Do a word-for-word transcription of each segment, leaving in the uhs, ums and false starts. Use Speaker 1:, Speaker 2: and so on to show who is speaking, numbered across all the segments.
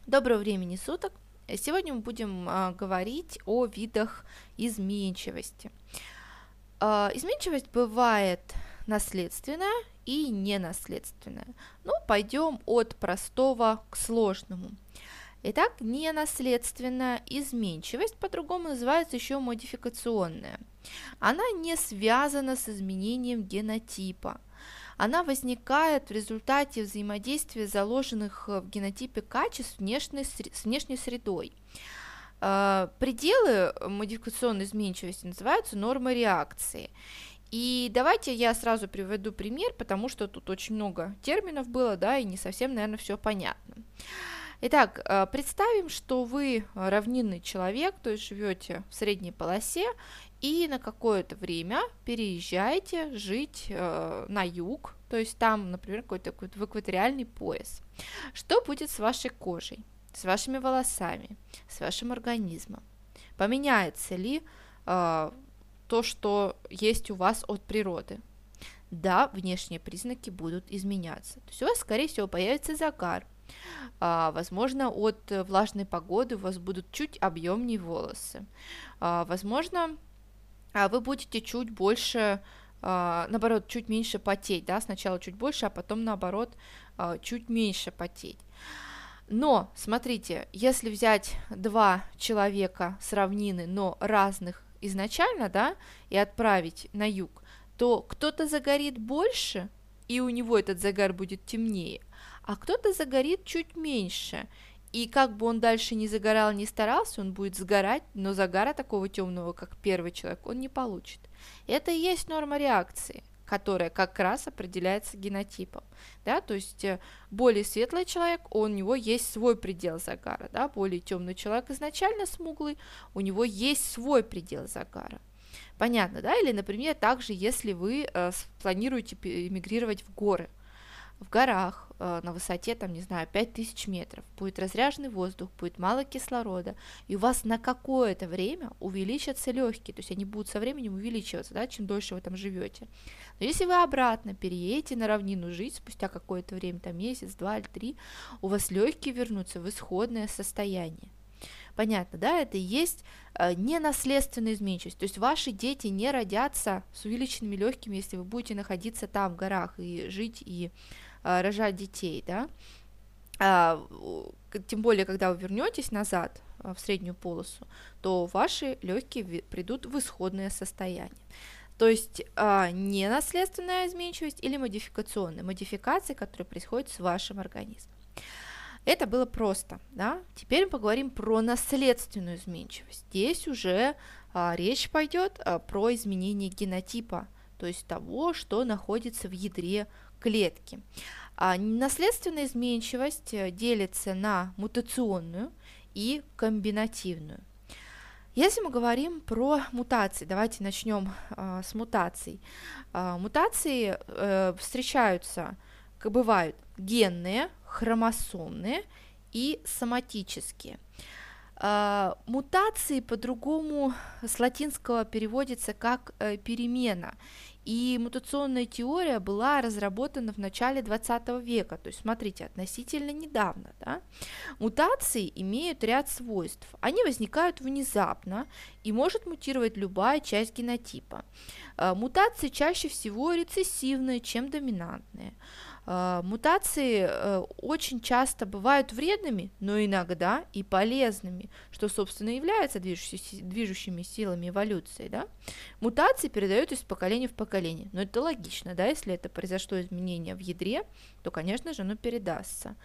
Speaker 1: Доброго времени суток! Сегодня мы будем а, говорить о видах изменчивости. А, изменчивость бывает наследственная и ненаследственная. Ну, пойдем от простого к сложному. Итак, ненаследственная изменчивость по-другому называется еще модификационная. Она не связана с изменением генотипа. Она возникает в результате взаимодействия заложенных в генотипе качеств внешней, с внешней средой. Пределы модификационной изменчивости называются нормой реакции. И давайте я сразу приведу пример, потому что тут очень много терминов было, да, и не совсем, наверное, все понятно. Итак, представим, что вы равнинный человек, то есть живете в средней полосе и на какое-то время переезжаете жить э, на юг, то есть там, например, какой-то такой в экваториальный пояс. Что будет с вашей кожей, с вашими волосами, с вашим организмом? Поменяется ли э, то, что есть у вас от природы? Да, внешние признаки будут изменяться. То есть у вас, скорее всего, появится загар. А, возможно, от влажной погоды у вас будут чуть объемнее волосы. А, возможно, вы будете чуть больше, а, наоборот, чуть меньше потеть, да, сначала чуть больше, а потом, наоборот, а, чуть меньше потеть. Но, смотрите, если взять два человека с равнины, но разных изначально, да, и отправить на юг, то кто-то загорит больше, и у него этот загар будет темнее, а кто-то загорит чуть меньше, и как бы он дальше не загорал, не старался, он будет сгорать, но загара такого темного, как первый человек, он не получит. Это и есть норма реакции, которая как раз определяется генотипом, да, то есть более светлый человек, у него есть свой предел загара, да, более темный человек изначально смуглый, у него есть свой предел загара. Понятно, да? Или, например, также, если вы э, планируете эмигрировать в горы, в горах, э, на высоте, там, не знаю, пять тысяч метров, будет разряженный воздух, будет мало кислорода, и у вас на какое-то время увеличатся легкие, то есть они будут со временем увеличиваться, да, чем дольше вы там живете. Но если вы обратно переедете на равнину жить, спустя какое-то время, там месяц, два или три, у вас легкие вернутся в исходное состояние. Понятно, да, это и есть э, ненаследственная изменчивость, то есть ваши дети не родятся с увеличенными легкими, если вы будете находиться там в горах и жить и э, рожать детей, да, а, тем более, когда вы вернетесь назад э, в среднюю полосу, то ваши легкие придут в исходное состояние. То есть э, ненаследственная изменчивость или модификационная, модификации, которые происходят с вашим организмом. Это было просто, да? Теперь мы поговорим про наследственную изменчивость. Здесь уже а, речь пойдет а, про изменение генотипа, то есть того, что находится в ядре клетки. А, наследственная изменчивость делится на мутационную и комбинативную. Если мы говорим про мутации, давайте начнем а, с мутаций. А, мутации а, встречаются, как бывают, генные, хромосомные и соматические. А, мутации по-другому с латинского переводится как э, перемена, и мутационная теория была разработана в начале двадцатого века, то есть смотрите, относительно недавно. Да? Мутации имеют ряд свойств, они возникают внезапно и может мутировать любая часть генотипа. А, мутации чаще всего рецессивные, чем доминантные. Мутации очень часто бывают вредными, но иногда и полезными, что, собственно, является движущими силами эволюции. Да? Мутации передаются из поколения в поколение, но это логично, да? Если это произошло изменение в ядре, то, конечно же, оно передастся.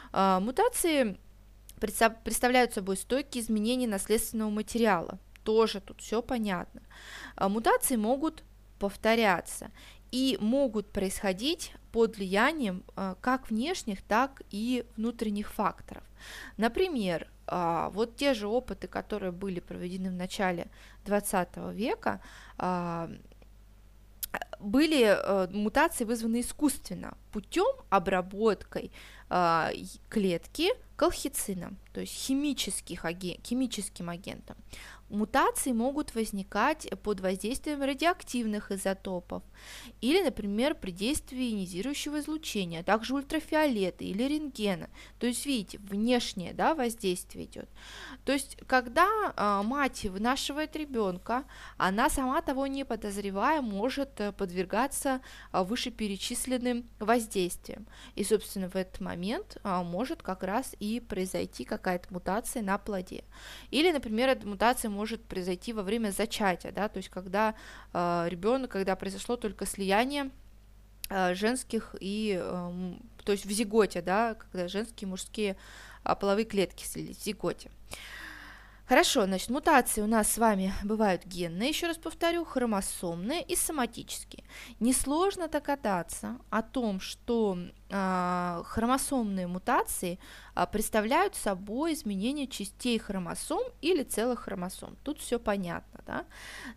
Speaker 1: Мутации представляют собой стойкие изменения наследственного материала, тоже тут все понятно. Мутации могут повторяться и могут происходить под влиянием а, как внешних, так и внутренних факторов. Например, а, вот те же опыты, которые были проведены в начале двадцатого века, а, были э, мутации вызваны искусственно путем обработкой э, клетки колхицином, то есть химических аген... химическим агентом. Мутации могут возникать под воздействием радиоактивных изотопов или, например, при действии ионизирующего излучения, а также ультрафиолета или рентгена. То есть, видите, внешнее, да, воздействие идет. То есть, когда э, мать вынашивает ребенка, она сама того не подозревая может подвергаться э, вышеперечисленным воздействиям. И, собственно, в этот момент э, может как раз и произойти какая-то мутация на плоде. Или, например, эта мутация может произойти во время зачатия, да, то есть когда э, ребенок, когда произошло только слияние э, женских и, э, то есть в зиготе, да, когда женские и мужские э, половые клетки слились в зиготе. Хорошо, значит, мутации у нас с вами бывают генные, еще раз повторю, хромосомные и соматические. Несложно догадаться о том, что э, хромосомные мутации э, представляют собой изменение частей хромосом или целых хромосом. Тут все понятно, да?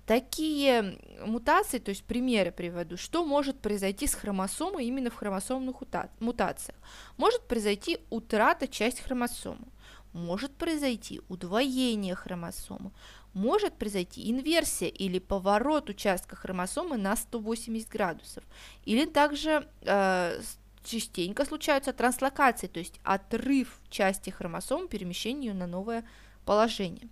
Speaker 1: Такие мутации, то есть примеры приведу, что может произойти с хромосомой именно в хромосомных мутациях. Может произойти утрата части хромосомы. Может произойти удвоение хромосомы, может произойти инверсия или поворот участка хромосомы на сто восемьдесят градусов, или также э, частенько случаются транслокации, то есть отрыв части хромосом, перемещение ее на новое положение.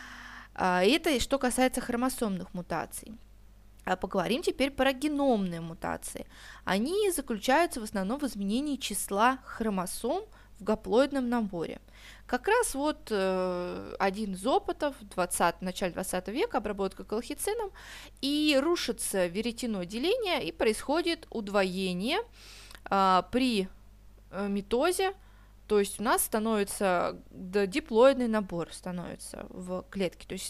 Speaker 1: А, это что касается хромосомных мутаций. А поговорим теперь про геномные мутации. Они заключаются в основном в изменении числа хромосом в гаплоидном наборе. Как раз вот э, один из опытов в, двадцатом, в начале двадцатого века, обработка колхицином, и рушится веретено деления, и происходит удвоение э, при э, митозе, то есть у нас становится да, диплоидный набор становится в клетке, то есть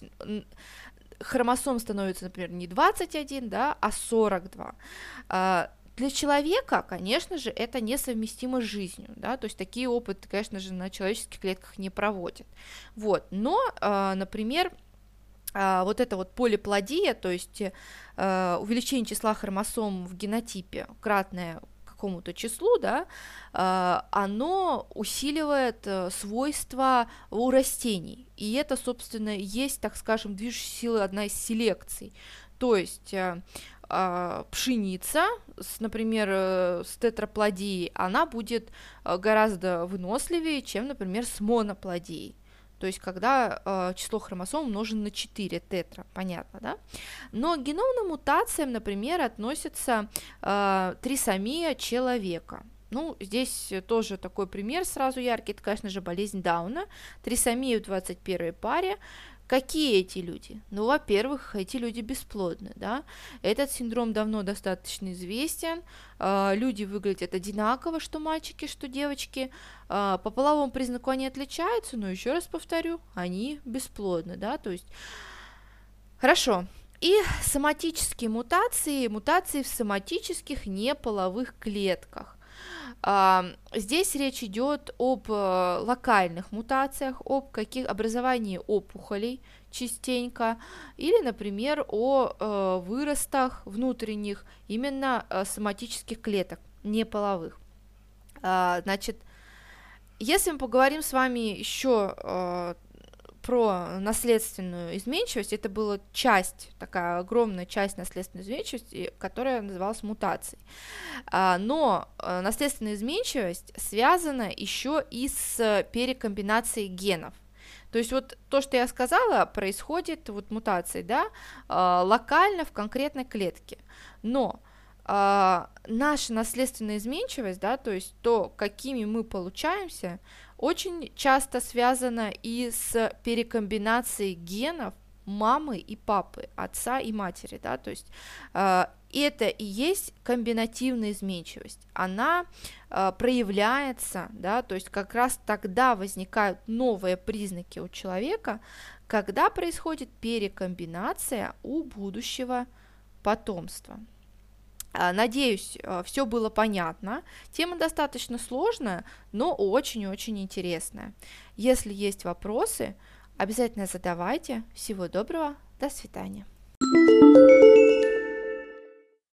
Speaker 1: хромосом становится, например, не двадцать один, да, а сорок два. Э, Для человека, конечно же, это несовместимо с жизнью, да, то есть такие опыты, конечно же, на человеческих клетках не проводят. Вот, но, э, например, э, вот это вот полиплодия, то есть э, увеличение числа хромосом в генотипе, кратное какому-то числу, да, э, оно усиливает э, свойства у растений, и это, собственно, есть, так скажем, движущая сила, одна из селекций, то есть э, пшеница, например, с тетраплодией, она будет гораздо выносливее, чем, например, с моноплодией. То есть, когда э, число хромосом умножено на четыре, тетра, понятно, да? Но к геномным мутациям, например, относится э, трисомия человека. Ну, здесь тоже такой пример сразу яркий, это, конечно же, болезнь Дауна, трисомия в двадцать первой паре. Какие эти люди? Ну, во-первых, эти люди бесплодны, да, этот синдром давно достаточно известен, э, люди выглядят одинаково, что мальчики, что девочки, э, по половому признаку они отличаются, но еще раз повторю, они бесплодны, да, то есть, хорошо, и соматические мутации, мутации в соматических неполовых клетках. Здесь речь идет об локальных мутациях, об каких образовании опухолей частенько, или, например, о выростах внутренних именно соматических клеток, неполовых. Значит, если мы поговорим с вами еще про наследственную изменчивость, это была часть, такая огромная часть наследственной изменчивости, которая называлась мутацией. Но наследственная изменчивость связана еще и с перекомбинацией генов. То есть вот то, что я сказала, происходит, вот мутации, да, локально в конкретной клетке. Но наша наследственная изменчивость, да, то есть то, какими мы получаемся, очень часто связано и с перекомбинацией генов мамы и папы, отца и матери, да, то есть э, это и есть комбинативная изменчивость, она э, проявляется, да, то есть как раз тогда возникают новые признаки у человека, когда происходит перекомбинация у будущего потомства. Надеюсь, все было понятно. Тема достаточно сложная, но очень-очень интересная. Если есть вопросы, обязательно задавайте. Всего доброго, до свидания.